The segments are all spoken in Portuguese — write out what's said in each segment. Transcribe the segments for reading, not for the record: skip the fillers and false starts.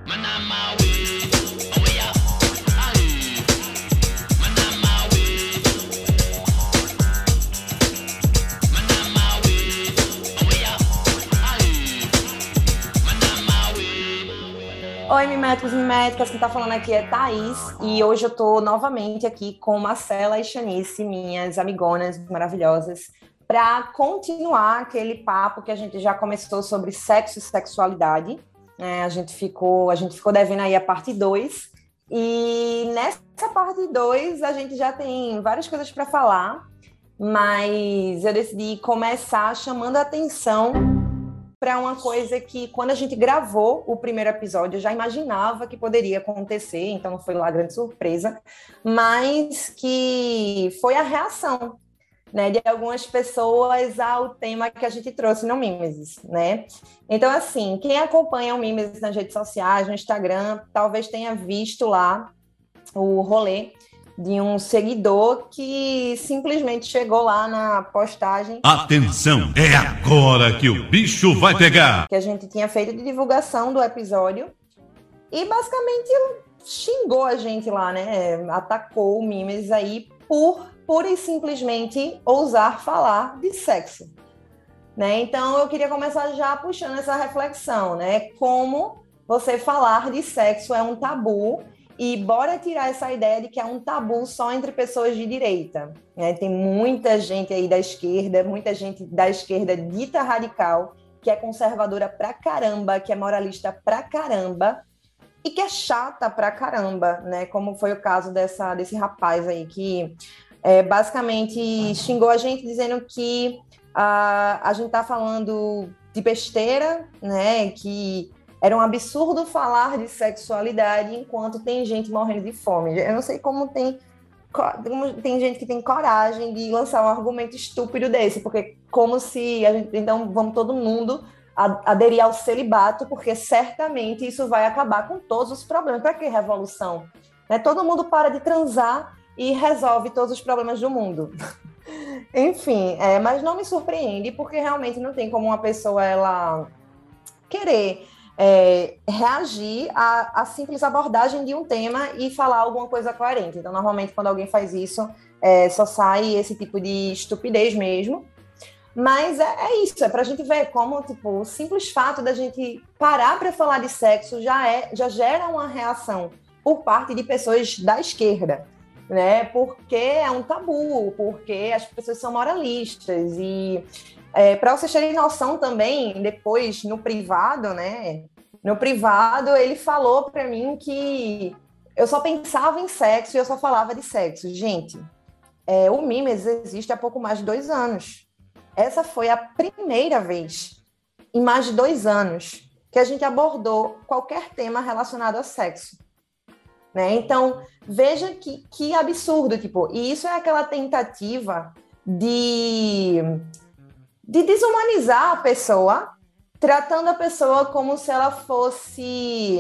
Oi, miméticos e miméticas, quem tá falando aqui é Thaís, e hoje eu tô novamente aqui com Marcela e Shanice, minhas amigonas maravilhosas, para continuar aquele papo que a gente já começou sobre sexo e sexualidade. A gente ficou devendo aí a parte 2, e nessa parte 2 a gente já tem várias coisas para falar, mas eu decidi começar chamando a atenção para uma coisa que, quando a gente gravou o primeiro episódio, eu já imaginava que poderia acontecer, então não foi lá grande surpresa, mas que foi a reação, né, de algumas pessoas ao tema que a gente trouxe no Mimesis, né? Então, assim, quem acompanha o Mimesis nas redes sociais, no Instagram, talvez tenha visto lá o rolê de um seguidor que simplesmente chegou lá na postagem. Atenção, é agora que o bicho vai pegar! Que a gente tinha feito de divulgação do episódio e basicamente xingou a gente lá, né? Atacou o Mimes aí por pura e simplesmente ousar falar de sexo, né? Então eu queria começar já puxando essa reflexão, né? Como você falar de sexo é um tabu. E bora tirar essa ideia de que é um tabu só entre pessoas de direita, né? Tem muita gente aí da esquerda, muita gente da esquerda dita radical, que é conservadora pra caramba, que é moralista pra caramba, e que é chata pra caramba, né? Como foi o caso desse rapaz aí, que basicamente xingou a gente dizendo que a gente tá falando de besteira, né? Que era um absurdo falar de sexualidade enquanto tem gente morrendo de fome. Eu não sei como tem gente que tem coragem de lançar um argumento estúpido desse, porque como se a gente, então vamos todo mundo aderir ao celibato, porque certamente isso vai acabar com todos os problemas. Para que revolução? Né? Todo mundo para de transar e resolve todos os problemas do mundo. Enfim, mas não me surpreende, porque realmente não tem como uma pessoa ela querer reagir à simples abordagem de um tema e falar alguma coisa coerente. Então, normalmente, quando alguém faz isso, só sai esse tipo de estupidez mesmo. Mas é isso, é para a gente ver como, tipo, o simples fato da gente parar para falar de sexo já gera uma reação por parte de pessoas da esquerda, né? Porque é um tabu, porque as pessoas são moralistas e para vocês terem noção também, depois no privado, né? No privado, ele falou para mim que eu só pensava em sexo e eu só falava de sexo. Gente, o Mimes existe há pouco mais de 2 anos. Essa foi a primeira vez, em mais de 2 anos, que a gente abordou qualquer tema relacionado a sexo. Né? Então, veja que absurdo, tipo, e isso é aquela tentativa de desumanizar a pessoa, tratando a pessoa como se ela fosse...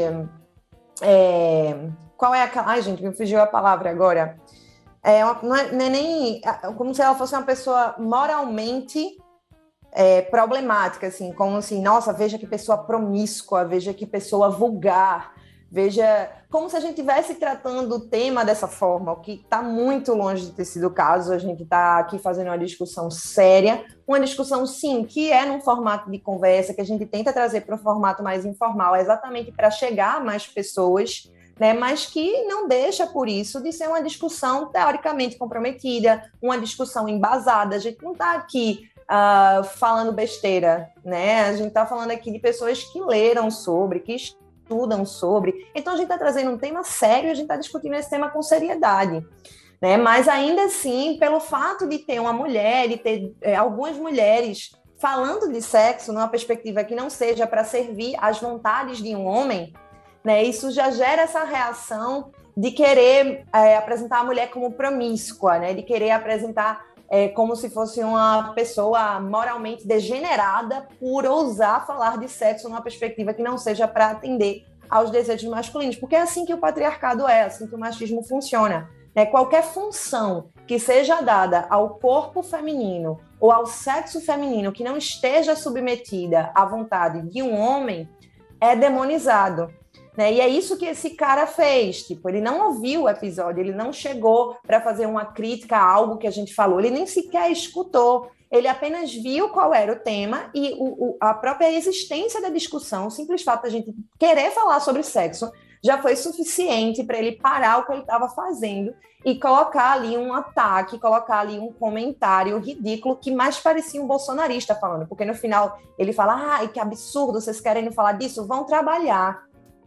qual é aquela... Ai, gente, me fugiu a palavra agora. Não é nem... Como se ela fosse uma pessoa moralmente problemática, assim, como assim, nossa, veja que pessoa promíscua, veja que pessoa vulgar, veja... Como se a gente estivesse tratando o tema dessa forma, o que está muito longe de ter sido o caso. A gente está aqui fazendo uma discussão séria, uma discussão, sim, que é num formato de conversa, que a gente tenta trazer para um formato mais informal, exatamente para chegar a mais pessoas, né? Mas que não deixa, por isso, de ser uma discussão teoricamente comprometida, uma discussão embasada. A gente não está aqui falando besteira, né? A gente está falando aqui de pessoas que leram sobre, que estudam sobre. Então, a gente está trazendo um tema sério e a gente está discutindo esse tema com seriedade, né? Mas, ainda assim, pelo fato de ter uma mulher e ter algumas mulheres falando de sexo numa perspectiva que não seja para servir às vontades de um homem, né? Isso já gera essa reação de querer apresentar a mulher como promíscua, né? De querer apresentar como se fosse uma pessoa moralmente degenerada por ousar falar de sexo numa perspectiva que não seja para atender aos desejos masculinos, porque é assim que o patriarcado é assim que o machismo funciona, né? Qualquer função que seja dada ao corpo feminino ou ao sexo feminino que não esteja submetida à vontade de um homem é demonizado. né? E é isso que esse cara fez, tipo, ele não ouviu o episódio, ele não chegou para fazer uma crítica a algo que a gente falou, ele nem sequer escutou, ele apenas viu qual era o tema e a própria existência da discussão, o simples fato de a gente querer falar sobre sexo, já foi suficiente para ele parar o que ele estava fazendo e colocar ali um ataque, colocar ali um comentário ridículo que mais parecia um bolsonarista falando, porque no final ele fala, ai, que absurdo, vocês querem falar disso? Vão trabalhar.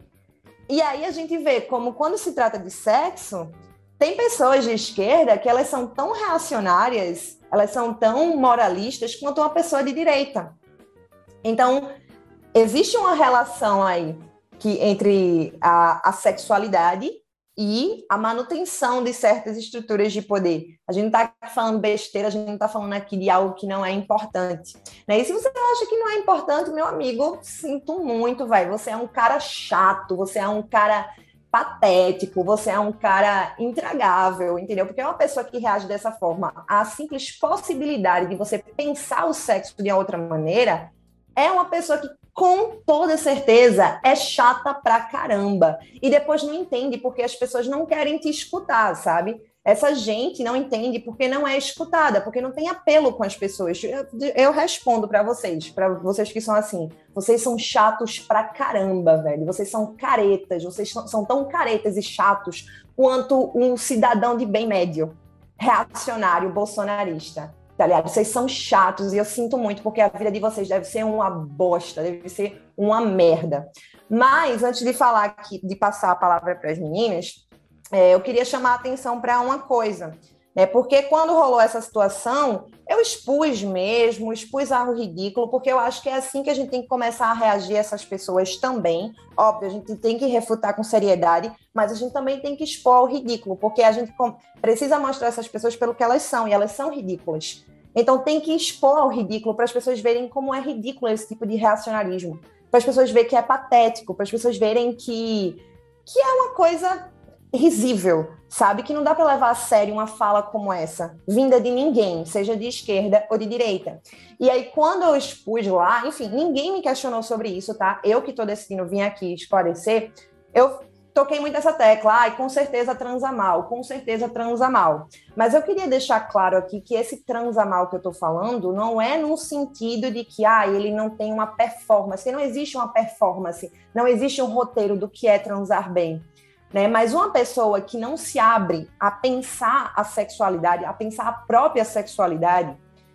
E aí a gente vê como quando se trata de sexo, tem pessoas de esquerda que elas são tão reacionárias, elas são tão moralistas quanto uma pessoa de direita. Então, existe uma relação aí entre a sexualidade e a manutenção de certas estruturas de poder. A gente não está falando besteira, a gente não está falando aqui de algo que não é importante. Né? E se você acha que não é importante, meu amigo, sinto muito, vai. Você é um cara chato, você é um cara patético, você é um cara intragável, entendeu? Porque é uma pessoa que reage dessa forma, a simples possibilidade de você pensar o sexo de outra maneira, é uma pessoa que, com toda certeza, é chata pra caramba. E depois não entende porque as pessoas não querem te escutar, sabe? Essa gente não entende porque não é escutada, porque não tem apelo com as pessoas. Eu respondo para vocês que são assim, vocês são chatos pra caramba, velho. Vocês são caretas, vocês são tão caretas e chatos quanto um cidadão de bem médio, reacionário, bolsonarista. Tá ligado? Vocês são chatos e eu sinto muito, porque a vida de vocês deve ser uma bosta, deve ser uma merda. Mas, antes de falar aqui, de passar a palavra para as meninas, eu queria chamar a atenção para uma coisa, né? Porque quando rolou essa situação, eu expus algo ridículo, porque eu acho que é assim que a gente tem que começar a reagir a essas pessoas também. Óbvio, a gente tem que refutar com seriedade, mas a gente também tem que expor o ridículo, porque a gente precisa mostrar essas pessoas pelo que elas são, e elas são ridículas. Então tem que expor o ridículo para as pessoas verem como é ridículo esse tipo de reacionarismo, para as pessoas verem que é patético, para as pessoas verem que é uma coisa risível, sabe? Que não dá para levar a sério uma fala como essa, vinda de ninguém, seja de esquerda ou de direita. E aí, quando eu expus lá, enfim, ninguém me questionou sobre isso, tá? Eu que estou decidindo vir aqui esclarecer, eu toquei muito essa tecla, com certeza transa mal, com certeza transa mal. Mas eu queria deixar claro aqui que esse transa mal que eu estou falando não é no sentido de que ele não tem uma performance, não existe uma performance, não existe um roteiro do que é transar bem. Né? Mas uma pessoa que não se abre a pensar a sexualidade, a pensar a própria sexualidade,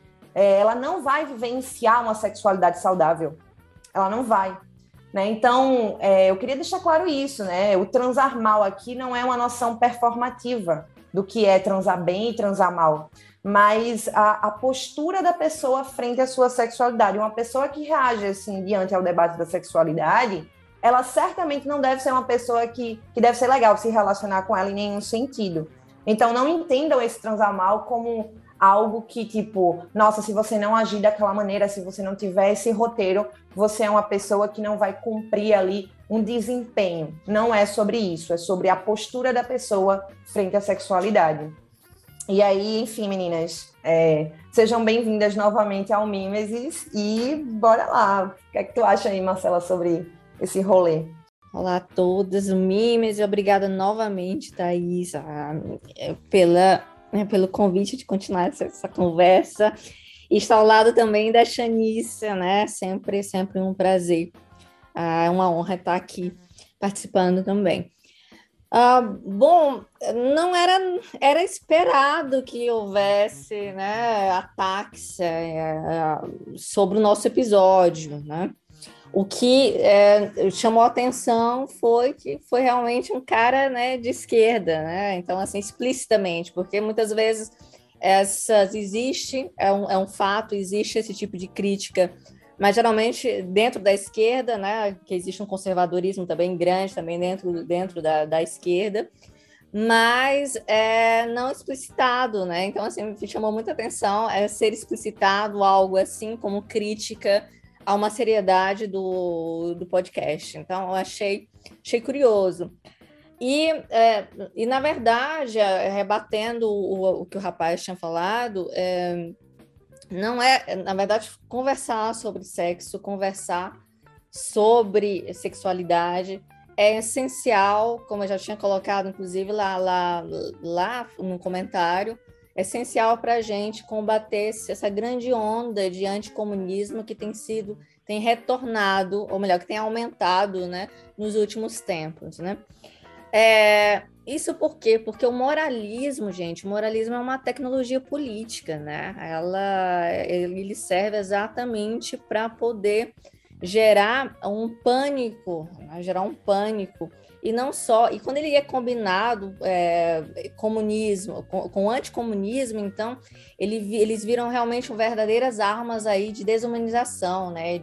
ela não vai vivenciar uma sexualidade saudável. Ela não vai. Né? Então, eu queria deixar claro isso. Né? O transar mal aqui não é uma noção performativa do que é transar bem e transar mal, mas a postura da pessoa frente à sua sexualidade. Uma pessoa que reage assim diante ao debate da sexualidade, ela certamente não deve ser uma pessoa que deve ser legal se relacionar com ela em nenhum sentido. Então, não entendam esse transar mal como algo que, tipo, nossa, se você não agir daquela maneira, se você não tiver esse roteiro, você é uma pessoa que não vai cumprir ali um desempenho. Não é sobre isso, é sobre a postura da pessoa frente à sexualidade. E aí, enfim, meninas, sejam bem-vindas novamente ao Mimesis e bora lá. O que é que tu acha aí, Marcela, sobre esse rolê? Olá a todas, o Mimes, e obrigada novamente, Thaís, pelo convite de continuar essa conversa. E estar ao lado também da Xanícia, né? Sempre um prazer. É uma honra estar aqui participando também. Bom, não era esperado que houvesse, né, ataques sobre o nosso episódio, né? O que chamou a atenção foi que foi realmente um cara, né, de esquerda, né? Então, assim, explicitamente, porque muitas vezes existe, é um fato, existe esse tipo de crítica, mas geralmente dentro da esquerda, né, que existe um conservadorismo também grande, também dentro da esquerda, mas não explicitado, né? Então, assim, me chamou muita atenção ser explicitado algo assim como crítica a uma seriedade do podcast. Então, eu achei curioso. E na verdade, rebatendo o que o rapaz tinha falado, não é, na verdade, conversar sobre sexo, conversar sobre sexualidade é essencial, como eu já tinha colocado, inclusive, lá no comentário, é essencial para a gente combater essa grande onda de anticomunismo que tem retornado, ou melhor, que tem aumentado, né, nos últimos tempos, né? Isso por quê? Porque o moralismo, gente, o moralismo é uma tecnologia política, né? Ele serve exatamente para poder gerar um pânico, né? Gerar um pânico. E não só, e quando ele é combinado comunismo com anticomunismo, então eles viram realmente verdadeiras armas aí de desumanização, né?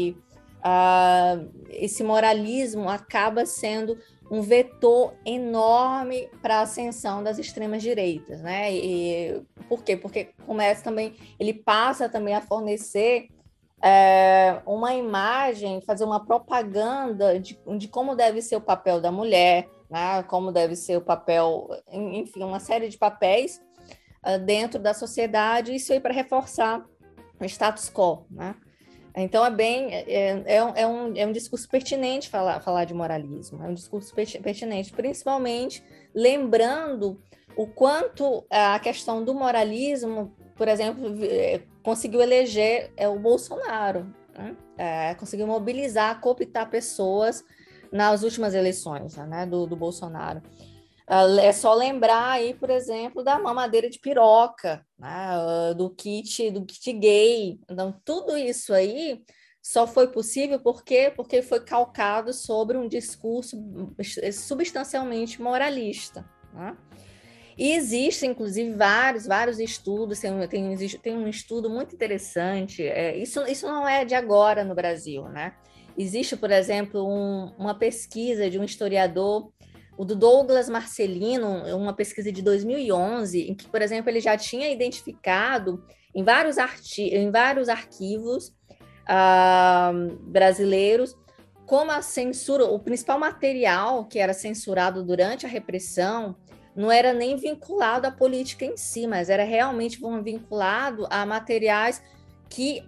Esse moralismo acaba sendo um vetor enorme para a ascensão das extremas direitas, né? E por quê? Porque começa também, ele passa também a fornecer uma imagem, fazer uma propaganda de como deve ser o papel da mulher, né? Como deve ser o papel, enfim, uma série de papéis dentro da sociedade, isso aí para reforçar o status quo, né? Então é um discurso pertinente falar de moralismo, é um discurso pertinente, principalmente lembrando o quanto a questão do moralismo, por exemplo, conseguiu eleger o Bolsonaro, né? Conseguiu mobilizar, cooptar pessoas nas últimas eleições, né, do Bolsonaro. É só lembrar aí, por exemplo, da mamadeira de piroca, né? Do kit gay. Então, tudo isso aí só foi possível porque foi calcado sobre um discurso substancialmente moralista, né? E existem, inclusive, vários estudos, tem um estudo muito interessante, isso não é de agora no Brasil, né? Existe, por exemplo, uma pesquisa de um historiador, o do Douglas Marcelino, uma pesquisa de 2011, em que, por exemplo, ele já tinha identificado em vários arquivos brasileiros como a censura, o principal material que era censurado durante a repressão não era nem vinculado à política em si, mas era realmente vinculado a materiais que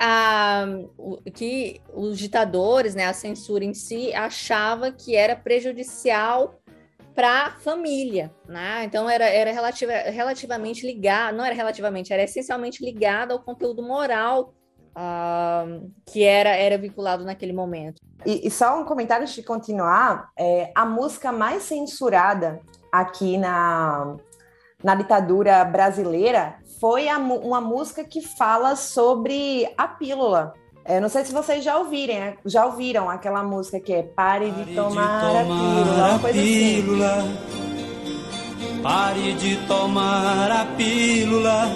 os ditadores, né, a censura em si, achava que era prejudicial para a família, né? Então era relativamente ligado, não era relativamente, era essencialmente ligado ao conteúdo moral que era vinculado naquele momento. E só um comentário antes de continuar, a música mais censurada aqui na ditadura brasileira foi uma música que fala sobre a pílula. Não sei se vocês já ouviram aquela música que é Pare de tomar a pílula, uma coisa assim. Pare de tomar a pílula,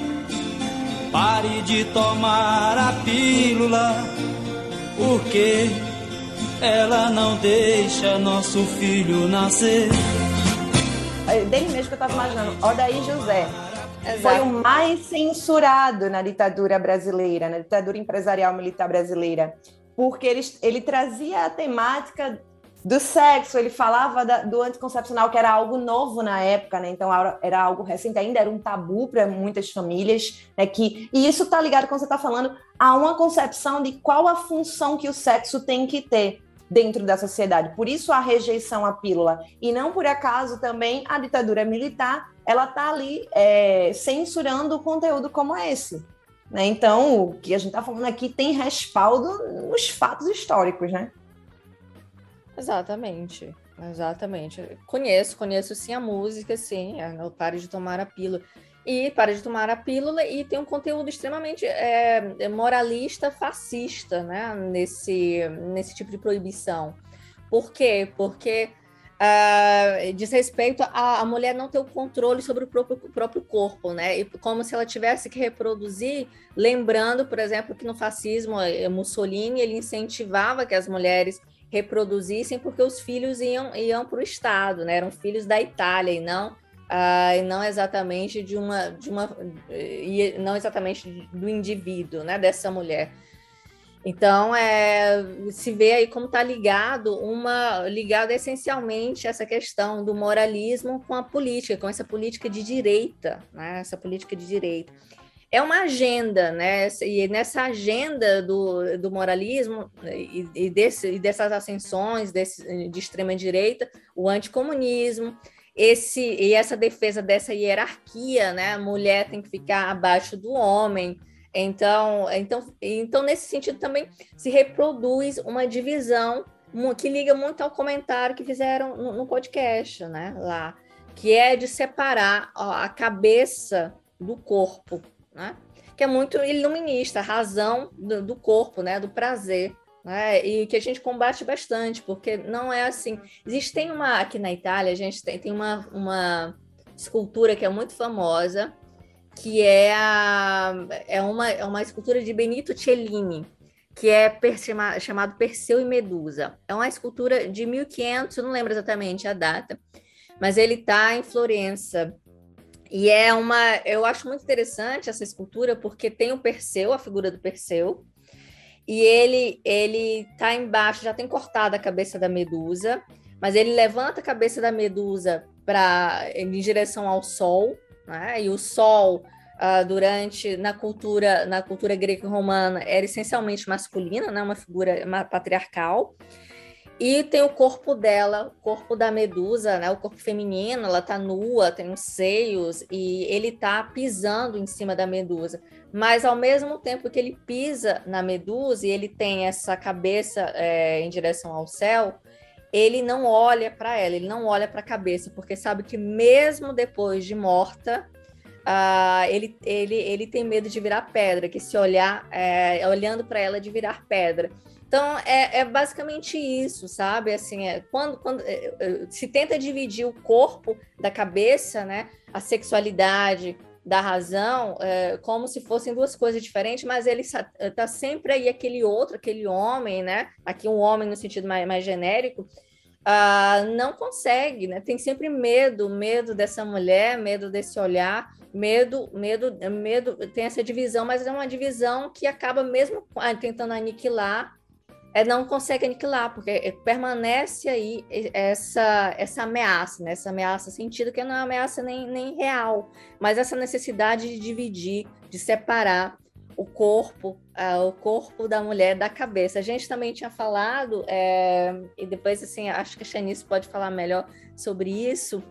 pare de tomar a pílula, porque ela não deixa nosso filho nascer. Dele mesmo que eu estava imaginando, Odair José. Exato. Foi o mais censurado na ditadura brasileira, na ditadura empresarial militar brasileira, porque ele trazia a temática do sexo, ele falava do anticoncepcional, que era algo novo na época, né? Então era algo recente, ainda era um tabu para muitas famílias, né? E isso está ligado, quando você está falando, a uma concepção de qual a função que o sexo tem que ter dentro da sociedade. Por isso a rejeição à pílula. E não por acaso também a ditadura militar, ela está ali censurando conteúdo como esse. Né? Então, o que a gente está falando aqui tem respaldo nos fatos históricos, né? Exatamente. Conheço sim a música, sim, o Pare de Tomar a Pílula. E Pare de Tomar a Pílula, e tem um conteúdo extremamente moralista, fascista, né, nesse tipo de proibição. Por quê? Porque diz respeito a mulher não ter o controle sobre o próprio corpo, né? E como se ela tivesse que reproduzir, lembrando, por exemplo, que no fascismo, Mussolini, ele incentivava que as mulheres reproduzissem porque os filhos iam para o Estado, né? Eram filhos da Itália e não exatamente não exatamente do indivíduo, né? Dessa mulher. Então, se vê aí como está ligado essencialmente essa questão do moralismo com a política, com essa política de direita, né? Essa política de direita. é uma agenda, né? E nessa agenda do moralismo e dessas ascensões de extrema-direita, o anticomunismo, e essa defesa dessa hierarquia, né? A mulher tem que ficar abaixo do homem. Então, nesse sentido, também se reproduz uma divisão que liga muito ao comentário que fizeram no podcast, né? Lá, que é de separar a cabeça do corpo, né? Que é muito iluminista, a razão do corpo, né? Do prazer, né? E que a gente combate bastante, porque não é assim. Aqui na Itália, a gente tem uma escultura que é muito famosa, que é uma escultura de Benito Cellini, que é chamado Perseu e Medusa. É uma escultura de 1500, eu não lembro exatamente a data, mas ele está em Florença. E eu acho muito interessante essa escultura, porque tem o Perseu, a figura do Perseu, e ele está embaixo, já tem cortado a cabeça da Medusa, mas ele levanta a cabeça da Medusa em direção ao sol, né? E o sol, na cultura greco-romana, era essencialmente masculina, né? Uma figura patriarcal. E tem o corpo dela, o corpo da Medusa, né? O corpo feminino, ela tá nua, tem os seios, e ele tá pisando em cima da Medusa. Mas, ao mesmo tempo que ele pisa na Medusa e ele tem essa cabeça em direção ao céu, ele não olha para ela, ele não olha para a cabeça, porque sabe que mesmo depois de morta, ele tem medo de virar pedra, que se olhar, olhando para ela, de virar pedra. Então, é basicamente isso, sabe? Assim, quando se tenta dividir o corpo da cabeça, né? A sexualidade da razão, como se fossem duas coisas diferentes, mas ele está sempre aí aquele homem, né? Aqui um homem no sentido mais genérico, não consegue, né? Tem sempre medo dessa mulher, medo desse olhar, medo, tem essa divisão, mas é uma divisão que acaba mesmo tentando aniquilar, não consegue aniquilar, porque permanece aí essa ameaça, né? Essa ameaça sentido que não é uma ameaça nem real, mas essa necessidade de dividir, de separar o corpo da mulher da cabeça. A gente também tinha falado, e depois, assim, acho que a Shanice pode falar melhor sobre isso,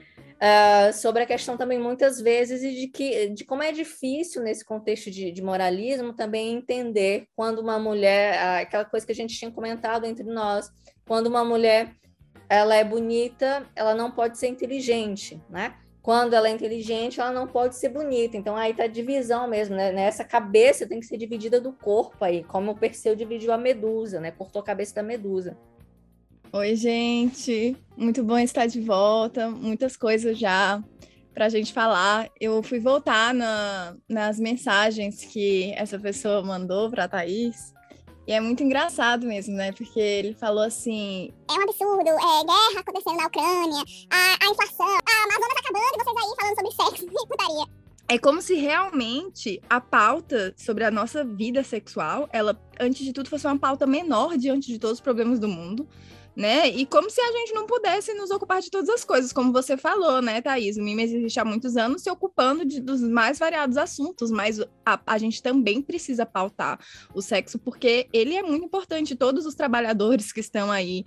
sobre a questão também, muitas vezes, de como é difícil, nesse contexto de moralismo, também entender quando uma mulher, aquela coisa que a gente tinha comentado entre nós, quando uma mulher ela é bonita, ela não pode ser inteligente, né? Quando ela é inteligente, ela não pode ser bonita. Então, aí tá a divisão mesmo, né? Essa cabeça tem que ser dividida do corpo aí, como o Perseu dividiu a Medusa, né? Cortou a cabeça da Medusa. Oi, gente. Muito bom estar de volta. Muitas coisas já para a gente falar. Eu fui voltar nas mensagens que essa pessoa mandou para a Thaís. E é muito engraçado mesmo, né? Porque ele falou assim... É um absurdo, guerra acontecendo na Ucrânia, a inflação, a Amazônia tá acabando e vocês aí falando sobre sexo e putaria. É como se realmente a pauta sobre a nossa vida sexual, ela, antes de tudo, fosse uma pauta menor diante de todos os problemas do mundo, né? E como se a gente não pudesse nos ocupar de todas as coisas, como você falou, né, Thaís? O Mimes existe há muitos anos se ocupando dos mais variados assuntos, mas a gente também precisa pautar o sexo, porque ele é muito importante. Todos os trabalhadores que estão aí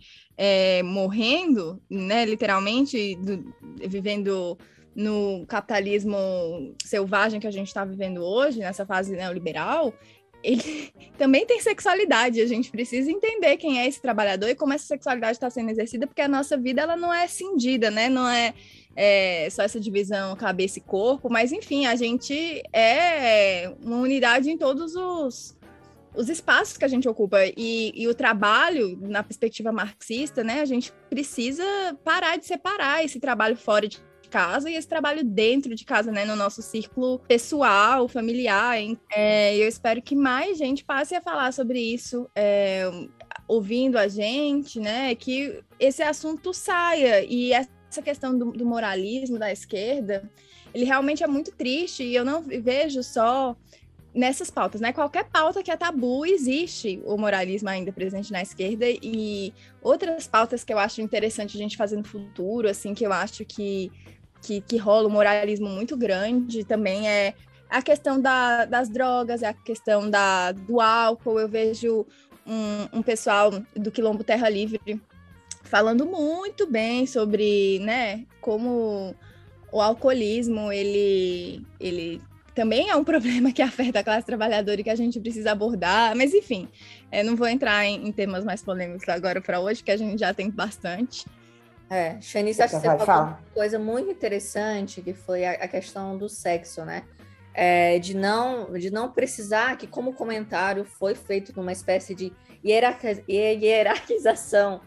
morrendo, né, literalmente, vivendo no capitalismo selvagem que a gente está vivendo hoje, nessa fase neoliberal, ele também tem sexualidade. A gente precisa entender quem é esse trabalhador e como essa sexualidade está sendo exercida, porque a nossa vida ela não é cindida, né? Não é só essa divisão cabeça e corpo, mas enfim, a gente é uma unidade em todos os espaços que a gente ocupa. E o trabalho, na perspectiva marxista, né? A gente precisa parar de separar esse trabalho fora de casa e esse trabalho dentro de casa, né, no nosso círculo pessoal, familiar. Eu espero que mais gente passe a falar sobre isso, ouvindo a gente, né, que esse assunto saia. E essa questão do moralismo da esquerda, ele realmente é muito triste, e eu não vejo só nessas pautas, né? Qualquer pauta que é tabu, existe o moralismo ainda presente na esquerda. E outras pautas que eu acho interessante a gente fazer no futuro, assim, que eu acho que rola um moralismo muito grande, também é a questão das drogas, a questão do álcool. Eu vejo um pessoal do Quilombo Terra Livre falando muito bem sobre, né, como o alcoolismo, ele também é um problema que afeta a classe trabalhadora e que a gente precisa abordar, mas enfim, não vou entrar em temas mais polêmicos agora para hoje, que a gente já tem bastante. Shanice, acho que você falou uma coisa muito interessante, que foi a questão do sexo, né? De não precisar, que como comentário foi feito numa espécie de hierarquização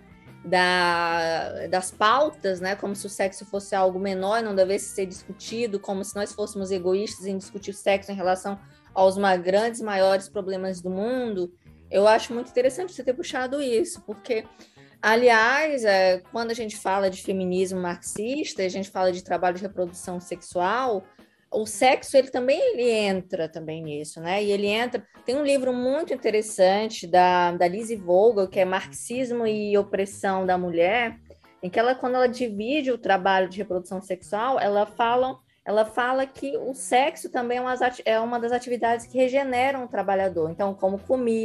das pautas, né? Como se o sexo fosse algo menor e não devesse ser discutido, como se nós fôssemos egoístas em discutir o sexo em relação aos grandes, maiores problemas do mundo. Eu acho muito interessante você ter puxado isso, porque, aliás, quando a gente fala de feminismo marxista, a gente fala de trabalho de reprodução sexual, o sexo ele entra também nisso, né? E ele entra... Tem um livro muito interessante da Lizzie Vogel, que é Marxismo e Opressão da Mulher, em que quando ela divide o trabalho de reprodução sexual, ela fala que o sexo também é uma das atividades que regeneram o trabalhador. Então, como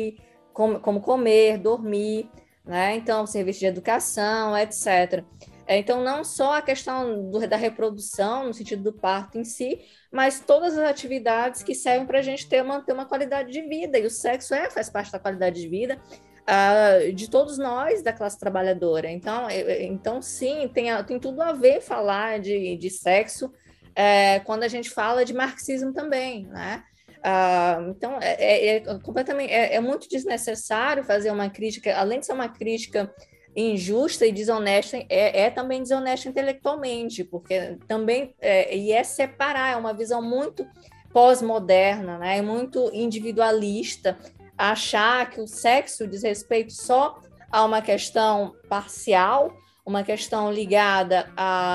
comer, dormir, né? Então, serviço de educação, etc. Então, não só a questão da reprodução, no sentido do parto em si, mas todas as atividades que servem para a gente manter uma qualidade de vida. E o sexo faz parte da qualidade de vida de todos nós, da classe trabalhadora. Então sim, tem tudo a ver falar de sexo quando a gente fala de marxismo também, né? Então, completamente, muito desnecessário fazer uma crítica, além de ser uma crítica injusta e desonesta, também desonesta intelectualmente, porque também separar, é uma visão muito pós-moderna, né, muito individualista, achar que o sexo diz respeito só a uma questão parcial, uma questão ligada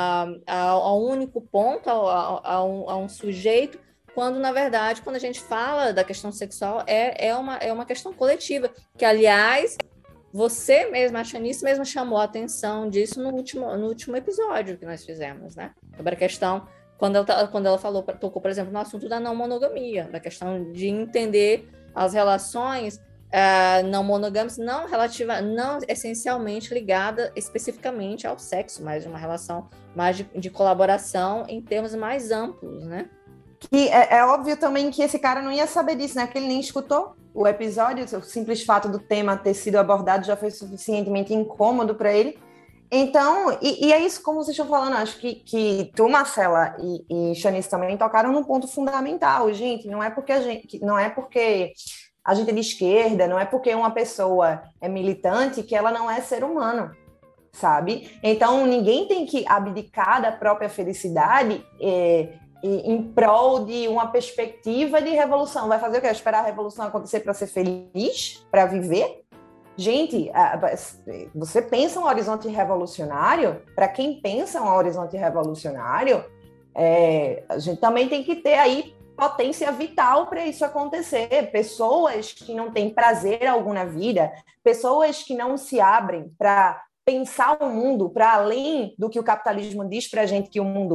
a um único ponto, a um sujeito, quando, na verdade, quando a gente fala da questão sexual, é uma questão coletiva, que, aliás, você mesma, a Shanice mesma chamou a atenção disso no último episódio que nós fizemos, né? Sobre a questão, quando ela tocou, por exemplo, no assunto da não monogamia, da questão de entender as relações não monogâmicas, não essencialmente ligada especificamente ao sexo, mas uma relação mais de colaboração em termos mais amplos, né? Que é óbvio também que esse cara não ia saber disso, né? Porque ele nem escutou o episódio, o simples fato do tema ter sido abordado já foi suficientemente incômodo para ele. Então, e é isso, como vocês estão falando, acho que tu, Marcela, e Shanice também tocaram num ponto fundamental, gente. Não é porque a gente é de esquerda, não é porque uma pessoa é militante que ela não é ser humano, sabe? Então, ninguém tem que abdicar da própria felicidade em prol de uma perspectiva de revolução. Vai fazer o quê? Esperar a revolução acontecer para ser feliz? Para viver? Gente, você pensa um horizonte revolucionário? Para quem pensa um horizonte revolucionário, a gente também tem que ter aí potência vital para isso acontecer. Pessoas que não têm prazer algum na vida, pessoas que não se abrem para pensar o mundo para além do que o capitalismo diz para a gente que o mundo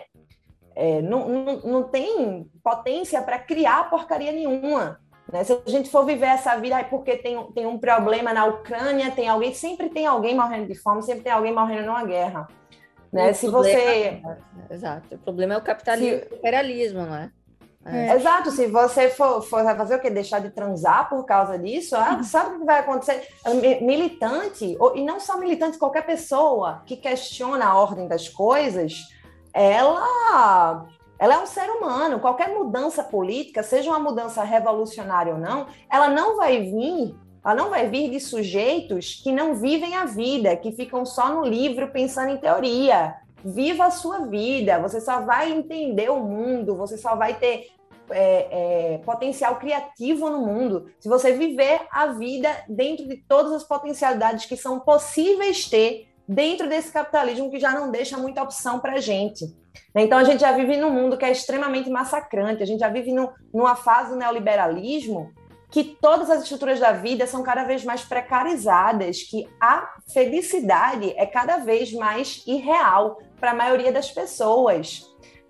não tem potência para criar porcaria nenhuma, né? Se a gente for viver essa vida porque tem um problema na Ucrânia, sempre tem alguém morrendo de fome, sempre tem alguém morrendo numa guerra, né? Exato, o problema é o capitalismo, o imperialismo, não é? Exato, se você for fazer o quê? Deixar de transar por causa disso, sabe o que vai acontecer? Militante, e não só militante, qualquer pessoa que questiona a ordem das coisas, ela é um ser humano. Qualquer mudança política, seja uma mudança revolucionária ou não, ela não vai vir de sujeitos que não vivem a vida, que ficam só no livro pensando em teoria. Viva a sua vida, você só vai entender o mundo, você só vai ter potencial criativo no mundo se você viver a vida dentro de todas as potencialidades que são possíveis ter dentro desse capitalismo que já não deixa muita opção para a gente. Então, a gente já vive num mundo que é extremamente massacrante, a gente já vive numa fase do neoliberalismo que todas as estruturas da vida são cada vez mais precarizadas, que a felicidade é cada vez mais irreal para a maioria das pessoas.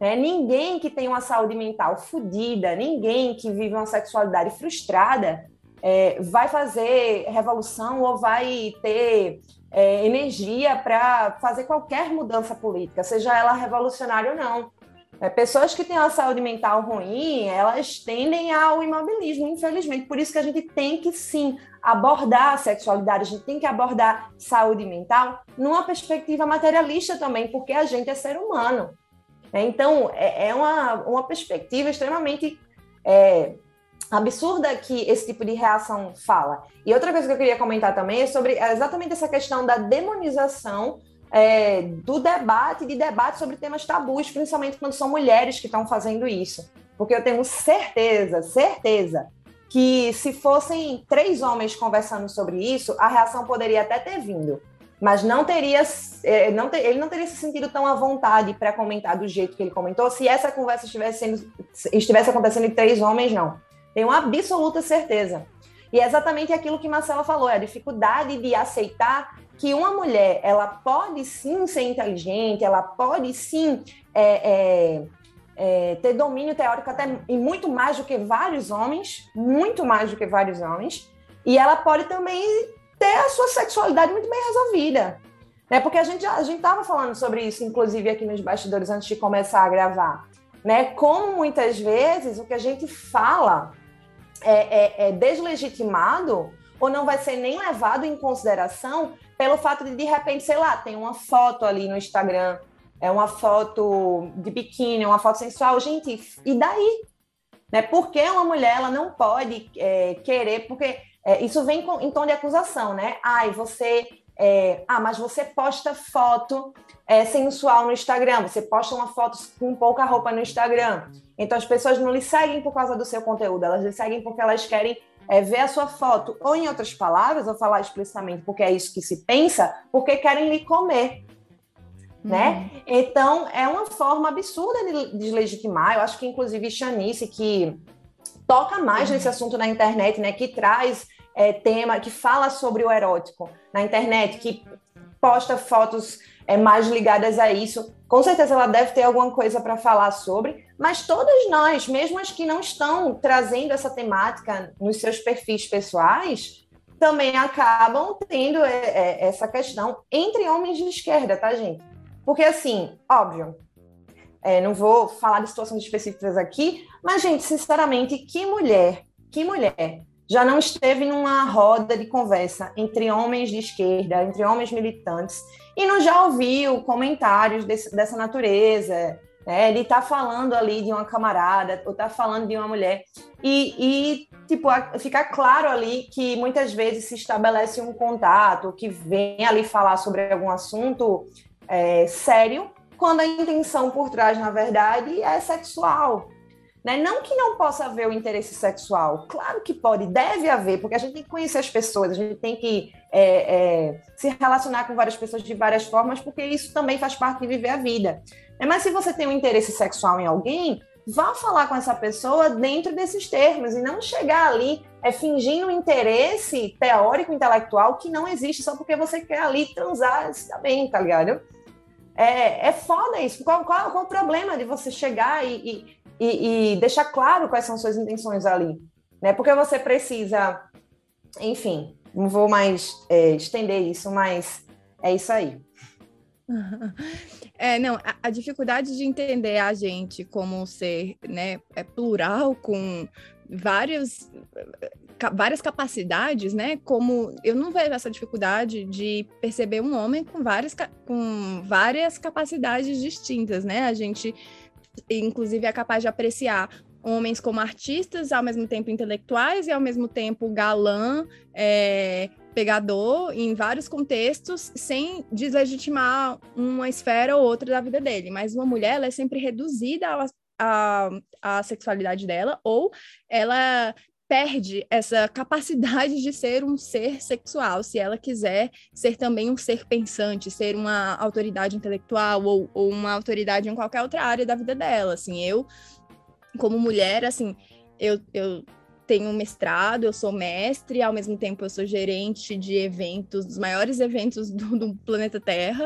Ninguém que tem uma saúde mental fodida, ninguém que vive uma sexualidade frustrada vai fazer revolução ou vai ter energia para fazer qualquer mudança política, seja ela revolucionária ou não. Pessoas que têm uma saúde mental ruim, elas tendem ao imobilismo, infelizmente. Por isso que a gente tem que, sim, abordar a sexualidade, a gente tem que abordar saúde mental numa perspectiva materialista também, porque a gente é ser humano. Então, é uma perspectiva extremamente absurda que esse tipo de reação fala. E outra coisa que eu queria comentar também é sobre exatamente essa questão da demonização do debate sobre temas tabus, principalmente quando são mulheres que estão fazendo isso. Porque eu tenho certeza que se fossem 3 homens conversando sobre isso, a reação poderia até ter vindo, mas ele não teria se sentido tão à vontade para comentar do jeito que ele comentou se essa conversa estivesse acontecendo em 3 homens, não. Tenho absoluta certeza. E é exatamente aquilo que Marcela falou, a dificuldade de aceitar que uma mulher, ela pode sim ser inteligente, ela pode sim ter domínio teórico até e muito mais do que vários homens, e ela pode também ter a sua sexualidade muito bem resolvida. Porque a gente estava falando sobre isso, inclusive aqui nos bastidores, antes de começar a gravar. Como muitas vezes o que a gente fala é deslegitimado ou não vai ser nem levado em consideração pelo fato de repente, sei lá, tem uma foto ali no Instagram, uma foto de biquíni, uma foto sensual, gente, e daí? Por que uma mulher ela não pode querer, porque isso vem em tom de acusação, né? Mas você posta foto sensual no Instagram, você posta uma foto com pouca roupa no Instagram, então as pessoas não lhe seguem por causa do seu conteúdo, elas lhe seguem porque elas querem ver a sua foto, ou em outras palavras, vou falar explicitamente porque é isso que se pensa, porque querem lhe comer, né? Então, é uma forma absurda de deslegitimar. Eu acho que, inclusive, Shanice, que toca mais nesse assunto na internet, né? Que traz tema, que fala sobre o erótico na internet, que posta fotos mais ligadas a isso. Com certeza ela deve ter alguma coisa para falar sobre, mas todas nós, mesmo as que não estão trazendo essa temática nos seus perfis pessoais, também acabam tendo essa questão entre homens de esquerda, tá, gente? Porque, assim, óbvio, não vou falar de situações específicas aqui, mas, gente, sinceramente, que mulher já não esteve numa roda de conversa entre homens de esquerda, entre homens militantes, e não já ouviu comentários dessa natureza, né? De estar falando ali de uma camarada, ou estar falando de uma mulher, e tipo, fica claro ali que muitas vezes se estabelece um contato, que vem ali falar sobre algum assunto sério, quando a intenção por trás, na verdade, é sexual. Né? Não que não possa haver o interesse sexual, claro que pode, deve haver, porque a gente tem que conhecer as pessoas, a gente tem que se relacionar com várias pessoas de várias formas, porque isso também faz parte de viver a vida. Mas se você tem um interesse sexual em alguém, vá falar com essa pessoa dentro desses termos, e não chegar ali fingindo um interesse teórico, intelectual, que não existe só porque você quer ali transar, se dá bem, tá ligado? É foda isso. Qual o problema de você chegar e deixar claro quais são suas intenções ali, né? Porque você precisa, enfim, não vou mais estender isso, mas é isso aí. Não, a dificuldade de entender a gente como um ser, né, plural, com várias capacidades, né? Como eu não vejo essa dificuldade de perceber um homem com várias capacidades distintas, né? A gente inclusive é capaz de apreciar homens como artistas, ao mesmo tempo intelectuais e ao mesmo tempo galã, pegador, em vários contextos, sem deslegitimar uma esfera ou outra da vida dele. Mas uma mulher, ela é sempre reduzida à sexualidade dela, ou ela perde essa capacidade de ser um ser sexual, se ela quiser ser também um ser pensante, ser uma autoridade intelectual ou uma autoridade em qualquer outra área da vida dela. Assim, eu, como mulher, assim, eu tenho um mestrado, eu sou mestre, ao mesmo tempo eu sou gerente de eventos, dos maiores eventos do planeta Terra,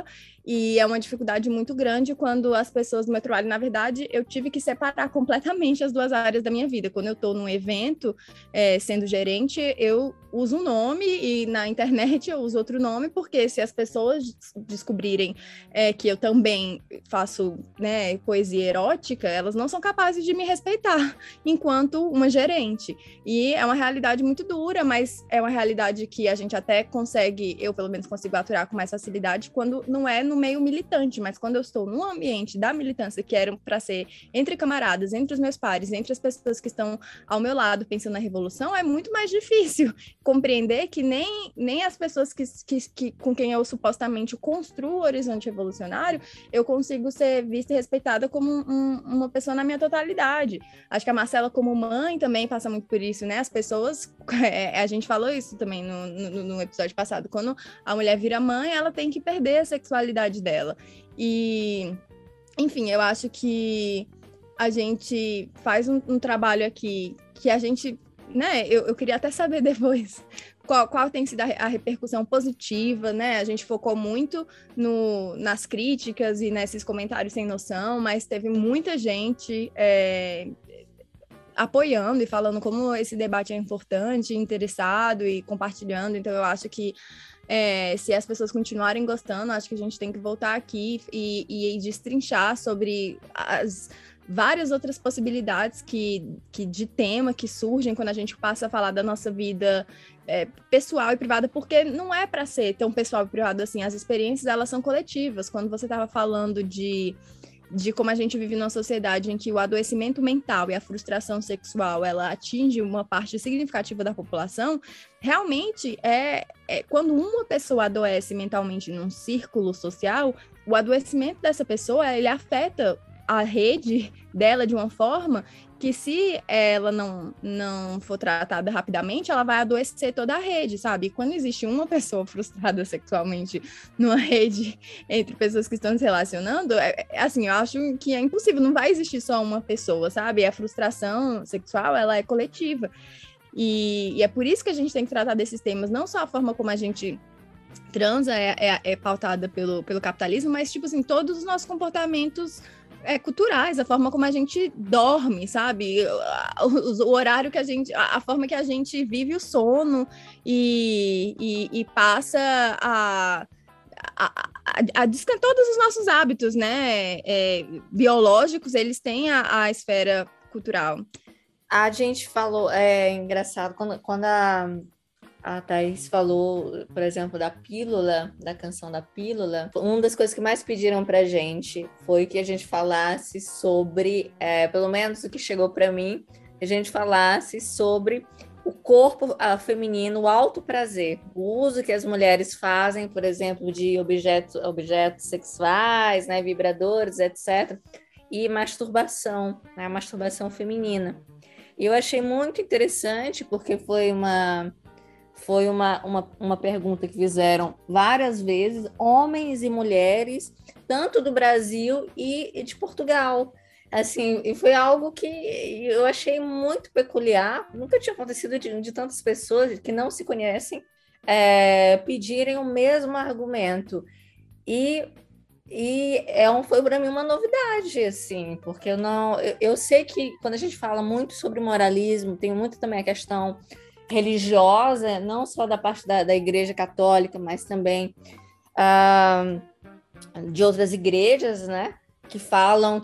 E é uma dificuldade muito grande quando as pessoas do meu trabalho, na verdade, eu tive que separar completamente as duas áreas da minha vida. Quando eu estou num evento, sendo gerente, eu uso um nome e na internet eu uso outro nome, porque se as pessoas descobrirem que eu também faço, né, poesia erótica, elas não são capazes de me respeitar enquanto uma gerente. E é uma realidade muito dura, mas é uma realidade que a gente até consegue, eu pelo menos consigo aturar com mais facilidade quando não é no meio militante, mas quando eu estou num ambiente da militância que era para ser entre camaradas, entre os meus pares, entre as pessoas que estão ao meu lado pensando na revolução, é muito mais difícil compreender que nem as pessoas com quem eu supostamente construo o horizonte revolucionário, eu consigo ser vista e respeitada como uma pessoa na minha totalidade. Acho que a Marcela, como mãe, também passa muito por isso, né? As pessoas, a gente falou isso também no episódio passado, quando a mulher vira mãe, ela tem que perder a sexualidade dela. E, enfim, eu acho que a gente faz um trabalho aqui que a gente, né? Eu queria até saber depois qual tem sido a repercussão positiva, né? A gente focou muito nas críticas e nesses comentários sem noção, mas teve muita gente apoiando e falando como esse debate é importante, interessado e compartilhando. Então, eu acho que se as pessoas continuarem gostando, acho que a gente tem que voltar aqui e destrinchar sobre as várias outras possibilidades de tema que surgem quando a gente passa a falar da nossa vida pessoal e privada, porque não é para ser tão pessoal e privado assim. As experiências, elas são coletivas. Quando você estava falando de como a gente vive numa sociedade em que o adoecimento mental e a frustração sexual, ela atinge uma parte significativa da população, realmente quando uma pessoa adoece mentalmente num círculo social, o adoecimento dessa pessoa, ele afeta a rede dela de uma forma que, se ela não for tratada rapidamente, ela vai adoecer toda a rede, sabe? E quando existe uma pessoa frustrada sexualmente numa rede entre pessoas que estão se relacionando, assim, eu acho que é impossível, não vai existir só uma pessoa, sabe? A frustração sexual, ela é coletiva. E é por isso que a gente tem que tratar desses temas, não só a forma como a gente transa é pautada pelo capitalismo, mas, tipo assim, todos os nossos comportamentos culturais, a forma como a gente dorme, sabe? O horário que a forma que a gente vive o sono e passa todos os nossos hábitos, né? Biológicos, eles têm a esfera cultural. A gente falou, é engraçado, quando a Thaís falou, por exemplo, da pílula, da canção da pílula, uma das coisas que mais pediram pra gente foi que a gente falasse sobre, pelo menos o que chegou para mim, que a gente falasse sobre o corpo feminino, o alto prazer, o uso que as mulheres fazem, por exemplo, de objetos sexuais, né, vibradores, etc., e masturbação, né, a masturbação feminina. E eu achei muito interessante, porque foi uma pergunta que fizeram várias vezes, homens e mulheres, tanto do Brasil e de Portugal. Assim, e foi algo que eu achei muito peculiar, nunca tinha acontecido de tantas pessoas que não se conhecem pedirem o mesmo argumento. Foi para mim uma novidade, assim, porque eu sei que quando a gente fala muito sobre moralismo, tem muito também a questão religiosa, não só da parte da Igreja Católica, mas também de outras igrejas, né, que falam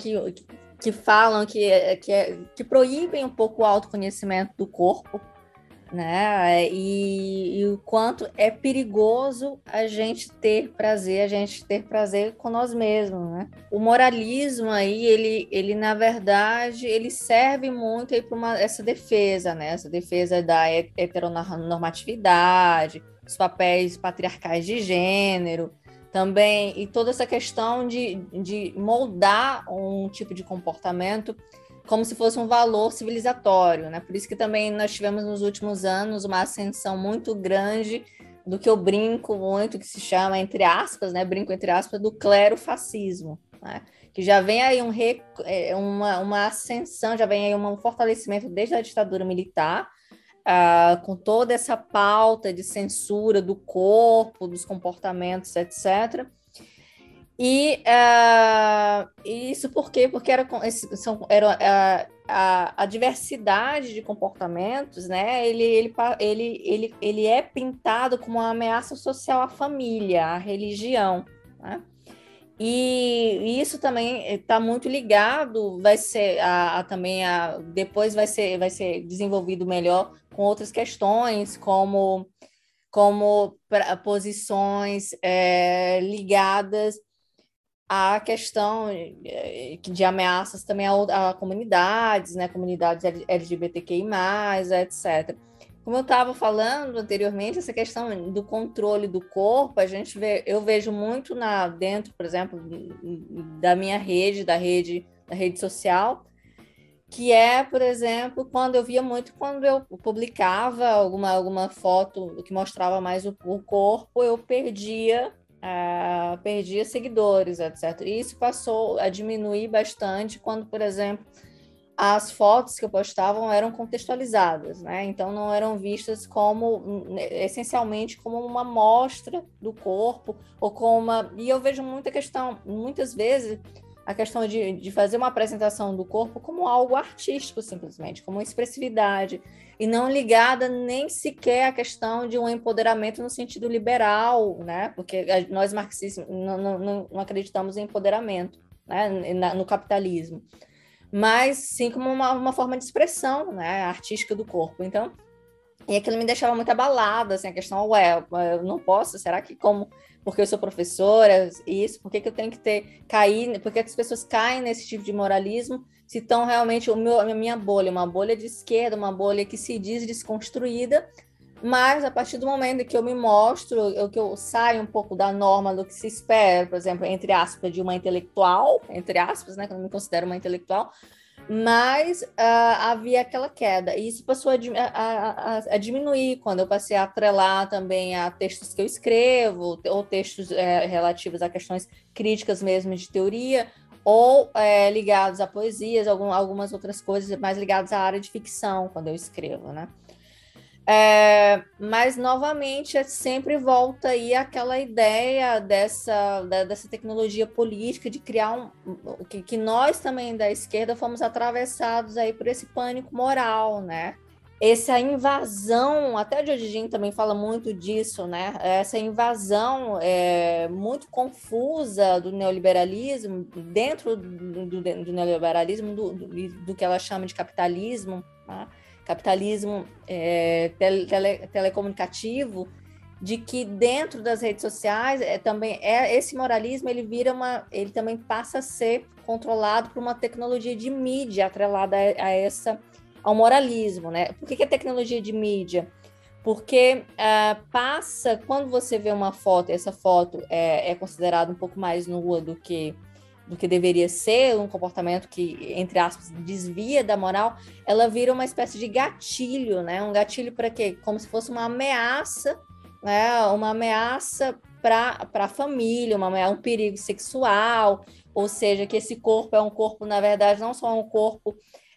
que proíbem um pouco o autoconhecimento do corpo, né, e o quanto é perigoso a gente ter prazer com nós mesmos, né? O moralismo aí, ele na verdade, ele serve muito aí para essa defesa, né? Essa defesa da heteronormatividade, os papéis patriarcais de gênero, também, e toda essa questão de moldar um tipo de comportamento como se fosse um valor civilizatório, né? Por isso que também nós tivemos nos últimos anos uma ascensão muito grande do que eu brinco muito, que se chama, entre aspas, né? Brinco entre aspas, do clerofascismo, né? Que já vem aí uma ascensão, já vem aí um fortalecimento desde a ditadura militar, com toda essa pauta de censura do corpo, dos comportamentos, etc. Isso por quê? Porque a diversidade de comportamentos, né? Ele é pintado como uma ameaça social à família, à religião, né? E isso também está muito ligado, vai ser depois vai ser desenvolvido melhor com outras questões, como posições ligadas à questão de ameaças também a comunidades, né, comunidades LGBTQI+, etc. Como eu estava falando anteriormente, essa questão do controle do corpo, eu vejo muito dentro, por exemplo, da minha rede, da rede social, que por exemplo, quando eu publicava alguma foto que mostrava mais o corpo, eu perdia seguidores, etc. E isso passou a diminuir bastante quando, por exemplo, as fotos que eu postava eram contextualizadas, né? Então não eram vistas essencialmente como uma mostra do corpo, e eu vejo muitas vezes, a questão de fazer uma apresentação do corpo como algo artístico, simplesmente, como uma expressividade, e não ligada nem sequer à questão de um empoderamento no sentido liberal, né? Porque nós marxistas não acreditamos em empoderamento, né? No capitalismo, mas sim como uma forma de expressão, né, artística do corpo. Então, e aquilo me deixava muito abalada, assim, a questão, eu não posso, será que porque eu sou professora, por que eu tenho que por que as pessoas caem nesse tipo de moralismo, se estão realmente, a minha bolha, uma bolha de esquerda, uma bolha que se diz desconstruída, mas a partir do momento que eu me mostro, que eu saio um pouco da norma do que se espera, por exemplo, entre aspas, de uma intelectual, entre aspas, né, que eu não me considero uma intelectual, mas havia aquela queda, e isso passou a diminuir quando eu passei a atrelar também a textos que eu escrevo, ou textos relativos a questões críticas mesmo de teoria, ou ligados a poesias, algumas outras coisas mais ligadas à área de ficção, quando eu escrevo, né? Mas novamente sempre volta aí aquela ideia dessa tecnologia política de criar que nós também da esquerda fomos atravessados aí por esse pânico moral, né? Essa invasão, até o Diogo também fala muito disso, né? Essa invasão muito confusa do neoliberalismo, dentro do neoliberalismo, do que ela chama de capitalismo, tá? Capitalismo telecomunicativo, de que dentro das redes sociais esse moralismo ele também passa a ser controlado por uma tecnologia de mídia atrelada ao moralismo, né? Por que é tecnologia de mídia? Porque quando você vê uma foto, essa foto é considerada um pouco mais nua do que deveria ser, um comportamento que, entre aspas, desvia da moral, ela vira uma espécie de gatilho, né? Um gatilho para quê? Como se fosse uma ameaça, né? Uma ameaça para a família, um perigo sexual, ou seja, que esse corpo é um corpo, na verdade, não só um corpo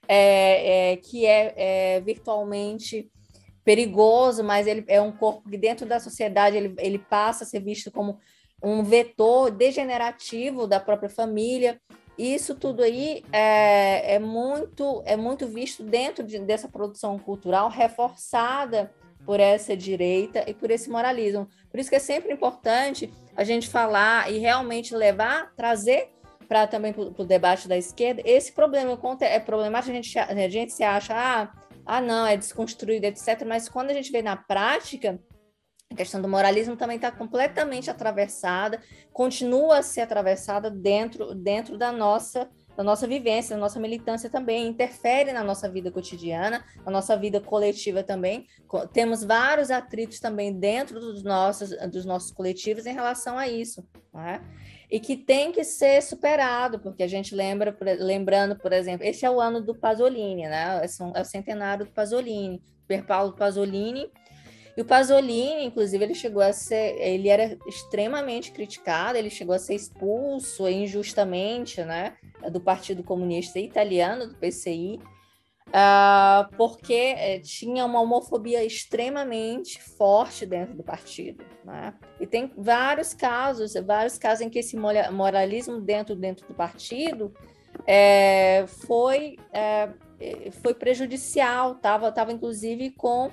que é virtualmente perigoso, mas ele é um corpo que dentro da sociedade ele passa a ser visto como um vetor degenerativo da própria família. Isso tudo aí é muito visto dentro dessa produção cultural reforçada por essa direita e por esse moralismo. Por isso que é sempre importante a gente falar e realmente trazer também para o debate da esquerda esse problema. É problemático, a gente se acha, não, é desconstruído, etc. Mas quando a gente vê na prática, a questão do moralismo também está completamente atravessada, continua a ser atravessada dentro da nossa vivência, da nossa militância também, interfere na nossa vida cotidiana, na nossa vida coletiva também. Temos vários atritos também dentro dos nossos coletivos em relação a isso, né? E que tem que ser superado, porque a gente lembrando, por exemplo, esse é o ano do Pasolini, né? É o centenário do Pasolini, Pierpaolo Pasolini. E o Pasolini, inclusive, ele era extremamente criticado, ele chegou a ser expulso injustamente, né, do Partido Comunista Italiano, do PCI, porque tinha uma homofobia extremamente forte dentro do partido, né? E tem vários casos em que esse moralismo dentro do partido foi prejudicial, estava inclusive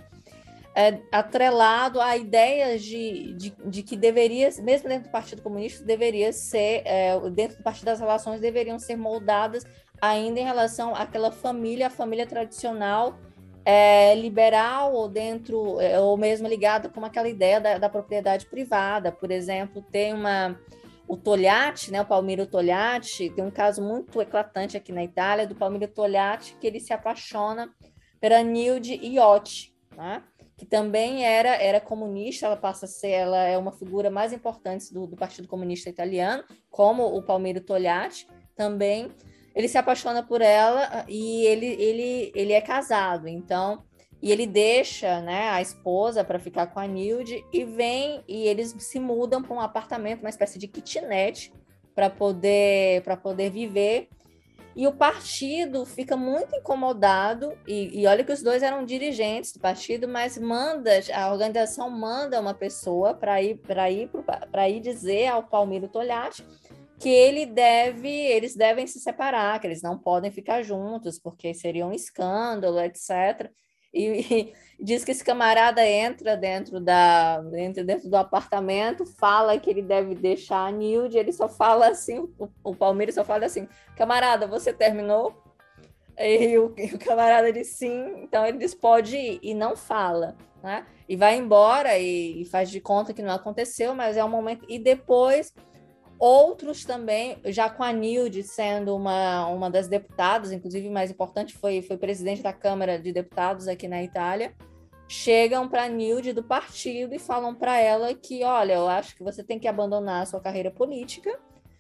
atrelado a ideias de que deveria, mesmo dentro do Partido Comunista, deveria ser, dentro do partido, as relações deveriam ser moldadas ainda em relação àquela família, a família tradicional, liberal, ou mesmo ligada com aquela ideia da propriedade privada. Por exemplo, tem o Togliatti, né, o Palmiro Togliatti, tem um caso muito eclatante aqui na Itália, do Palmiro Togliatti, que ele se apaixona pela Nilde Iotti, né? Que também era comunista, ela é uma figura mais importante do Partido Comunista Italiano, como o Palmiro Togliatti também. Ele se apaixona por ela e ele é casado, então, e ele deixa, né, a esposa para ficar com a Nilde e eles se mudam para um apartamento, uma espécie de kitnet, para poder viver. E o partido fica muito incomodado, e olha que os dois eram dirigentes do partido, mas a organização manda uma pessoa para ir dizer ao Palmiro Togliatti que eles devem se separar, que eles não podem ficar juntos, porque seria um escândalo, etc. E diz que esse camarada entra dentro do apartamento, fala que ele deve deixar a Nilde, ele só fala assim, o Palmiro só fala assim: camarada, você terminou? E o camarada diz sim, então ele diz pode ir, e não fala, né? E vai embora e faz de conta que não aconteceu, mas é um momento. E depois outros também, já com a Nilde sendo uma das deputadas, inclusive mais importante, foi presidente da Câmara de Deputados aqui na Itália, chegam para a Nilde do partido e falam para ela que, olha, eu acho que você tem que abandonar a sua carreira política,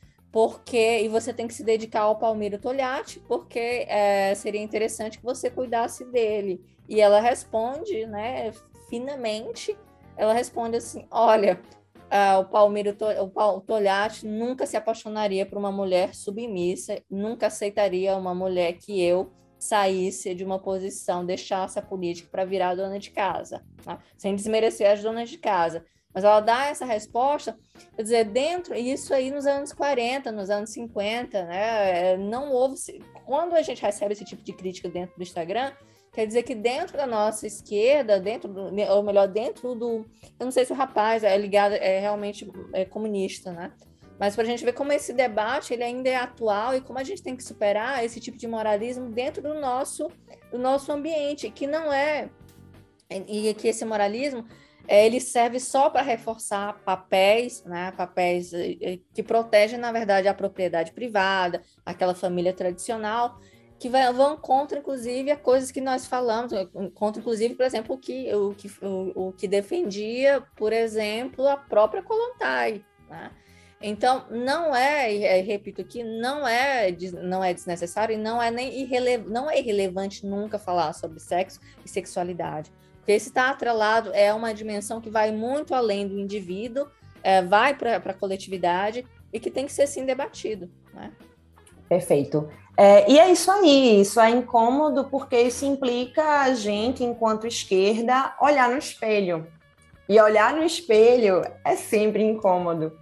e você tem que se dedicar ao Palmiro Togliatti, porque seria interessante que você cuidasse dele. E ela responde, né, finamente, ela responde assim: olha, o Togliatti nunca se apaixonaria por uma mulher submissa, nunca aceitaria uma mulher que eu saísse de uma posição, deixasse a política para virar dona de casa, tá? Sem desmerecer as donas de casa. Mas ela dá essa resposta, quer dizer, isso aí nos anos 40, nos anos 50, né? Não houve. Quando a gente recebe esse tipo de crítica dentro do Instagram, quer dizer que dentro da nossa esquerda, ou melhor, dentro do... Eu não sei se o rapaz realmente comunista, né? Mas para a gente ver como esse debate ele ainda é atual e como a gente tem que superar esse tipo de moralismo dentro do nosso ambiente, que não é... E que esse moralismo, ele serve só para reforçar papéis, né? Papéis que protegem, na verdade, a propriedade privada, aquela família tradicional, que vão contra, inclusive, a coisas que nós falamos, contra, inclusive, por exemplo, o que defendia, por exemplo, a própria Kollontai, né? Então, repito aqui, não é desnecessário e não é irrelevante nunca falar sobre sexo e sexualidade, porque esse está atrelado, é uma dimensão que vai muito além do indivíduo, vai para a coletividade e que tem que ser, sim, debatido, né? Perfeito. E é isso aí, isso é incômodo porque isso implica a gente, enquanto esquerda, olhar no espelho. E olhar no espelho é sempre incômodo,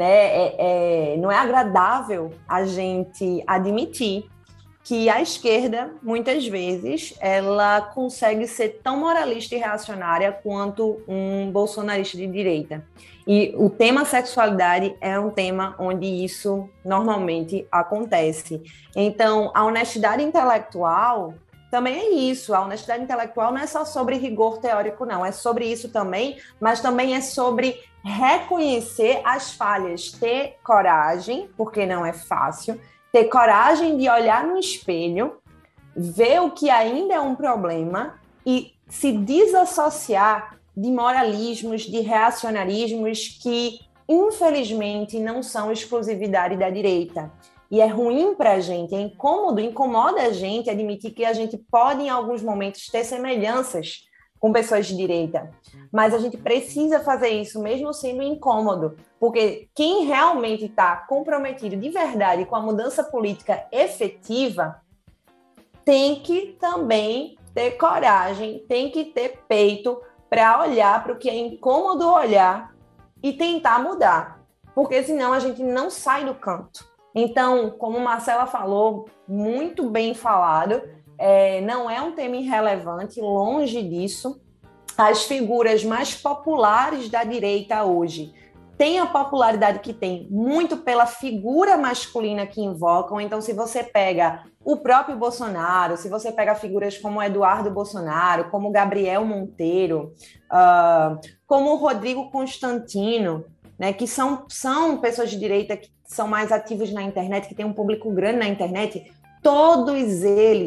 né? Não é agradável a gente admitir que a esquerda, muitas vezes, ela consegue ser tão moralista e reacionária quanto um bolsonarista de direita. E o tema sexualidade é um tema onde isso normalmente acontece. Então, a honestidade intelectual também é isso. A honestidade intelectual não é só sobre rigor teórico, não. É sobre isso também, mas também é sobre reconhecer as falhas, ter coragem, porque não é fácil, ter coragem de olhar no espelho, ver o que ainda é um problema e se desassociar de moralismos, de reacionarismos que, infelizmente, não são exclusividade da direita. E é ruim para a gente, é incômodo, incomoda a gente admitir que a gente pode, em alguns momentos, ter semelhanças com pessoas de direita. Mas a gente precisa fazer isso mesmo sendo incômodo, porque quem realmente está comprometido de verdade com a mudança política efetiva tem que também ter coragem, tem que ter peito para olhar para o que é incômodo olhar e tentar mudar, porque senão a gente não sai do canto. Então, como Marcela falou, muito bem falado, não é um tema irrelevante, longe disso. As figuras mais populares da direita hoje têm a popularidade que tem muito pela figura masculina que invocam. Então, se você pega o próprio Bolsonaro, se você pega figuras como Eduardo Bolsonaro, como Gabriel Monteiro, como o Rodrigo Constantino, né, que são pessoas de direita que são mais ativos na internet, que têm um público grande na internet, todos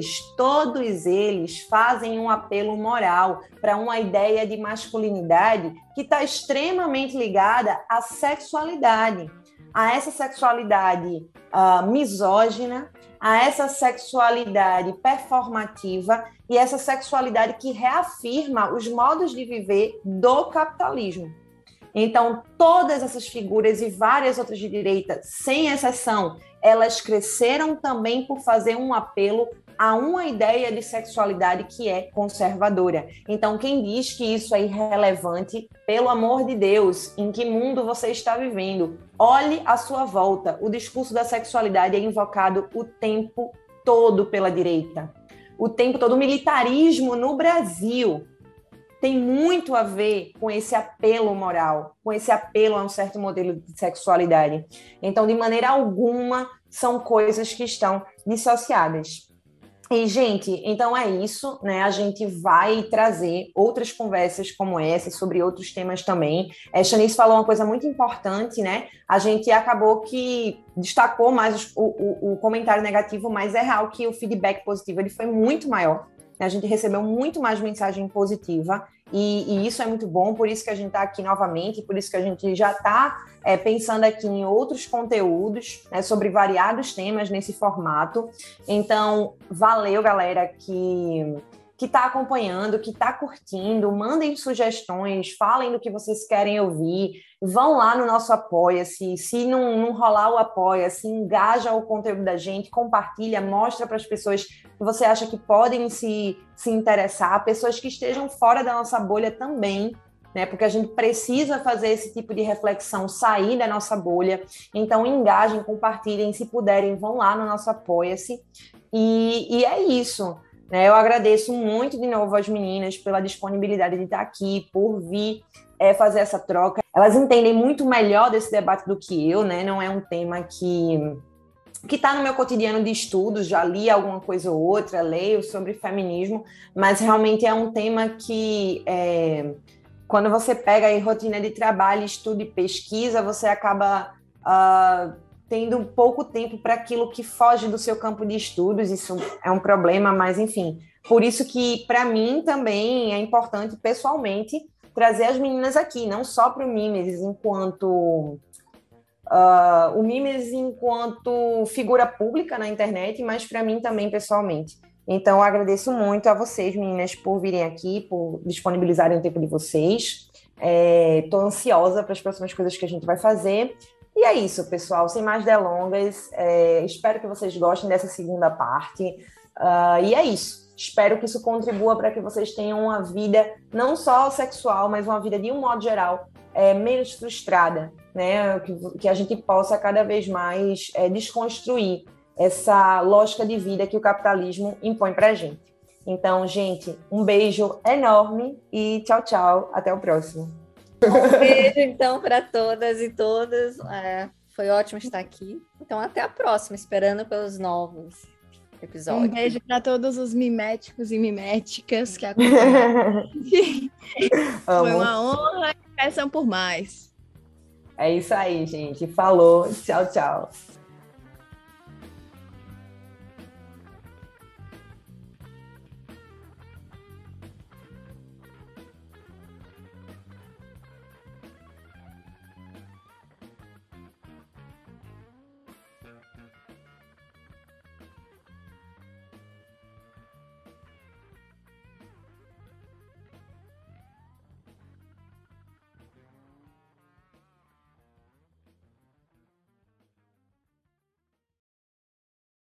eles fazem um apelo moral para uma ideia de masculinidade que está extremamente ligada à sexualidade, a essa sexualidade misógina, a essa sexualidade performativa e essa sexualidade que reafirma os modos de viver do capitalismo. Então, todas essas figuras e várias outras de direita, sem exceção, elas cresceram também por fazer um apelo a uma ideia de sexualidade que é conservadora. Então, quem diz que isso é irrelevante, pelo amor de Deus, em que mundo você está vivendo? Olhe à sua volta. O discurso da sexualidade é invocado o tempo todo pela direita. O tempo todo. O militarismo no Brasil tem muito a ver com esse apelo moral, com esse apelo a um certo modelo de sexualidade. Então, de maneira alguma, são coisas que estão dissociadas. E, gente, então é isso, né? A gente vai trazer outras conversas como essa, sobre outros temas também. Shanice falou uma coisa muito importante, né? A gente acabou que destacou mais o comentário negativo, mas é real que o feedback positivo ele foi muito maior. A gente recebeu muito mais mensagem positiva e isso é muito bom, por isso que a gente está aqui novamente, por isso que a gente já está pensando aqui em outros conteúdos, né, sobre variados temas nesse formato. Então, valeu, galera, que está acompanhando, que está curtindo, mandem sugestões, falem do que vocês querem ouvir, vão lá no nosso Apoia-se, se não rolar o Apoia-se, engaja o conteúdo da gente, compartilha, mostra para as pessoas que você acha que podem se interessar, pessoas que estejam fora da nossa bolha também, né? Porque a gente precisa fazer esse tipo de reflexão, sair da nossa bolha. Então, engajem, compartilhem, se puderem, vão lá no nosso Apoia-se. E é isso. Eu agradeço muito de novo às meninas pela disponibilidade de estar aqui, por vir fazer essa troca. Elas entendem muito melhor desse debate do que eu, né? Não é um tema que está no meu cotidiano de estudos, já li alguma coisa ou outra, leio sobre feminismo, mas realmente é um tema que, quando você pega aí rotina de trabalho, estudo e pesquisa, você acaba tendo pouco tempo para aquilo que foge do seu campo de estudos. Isso é um problema, mas enfim. Por isso que, para mim, também é importante, pessoalmente, trazer as meninas aqui, não só para o Mimes, enquanto figura pública na internet, mas para mim também, pessoalmente. Então, eu agradeço muito a vocês, meninas, por virem aqui, por disponibilizarem o tempo de vocês. Estou ansiosa para as próximas coisas que a gente vai fazer. E é isso, pessoal, sem mais delongas, espero que vocês gostem dessa segunda parte, e é isso, espero que isso contribua para que vocês tenham uma vida, não só sexual, mas uma vida de um modo geral, menos frustrada, né? Que a gente possa cada vez mais desconstruir essa lógica de vida que o capitalismo impõe para a gente. Então, gente, um beijo enorme e tchau, tchau, até o próximo. Um beijo, então, para todas e todos. Foi ótimo estar aqui. Então, até a próxima, esperando pelos novos episódios. Um beijo para todos os miméticos e miméticas que acompanham. Foi uma honra e peçam por mais. É isso aí, gente. Falou. Tchau, tchau.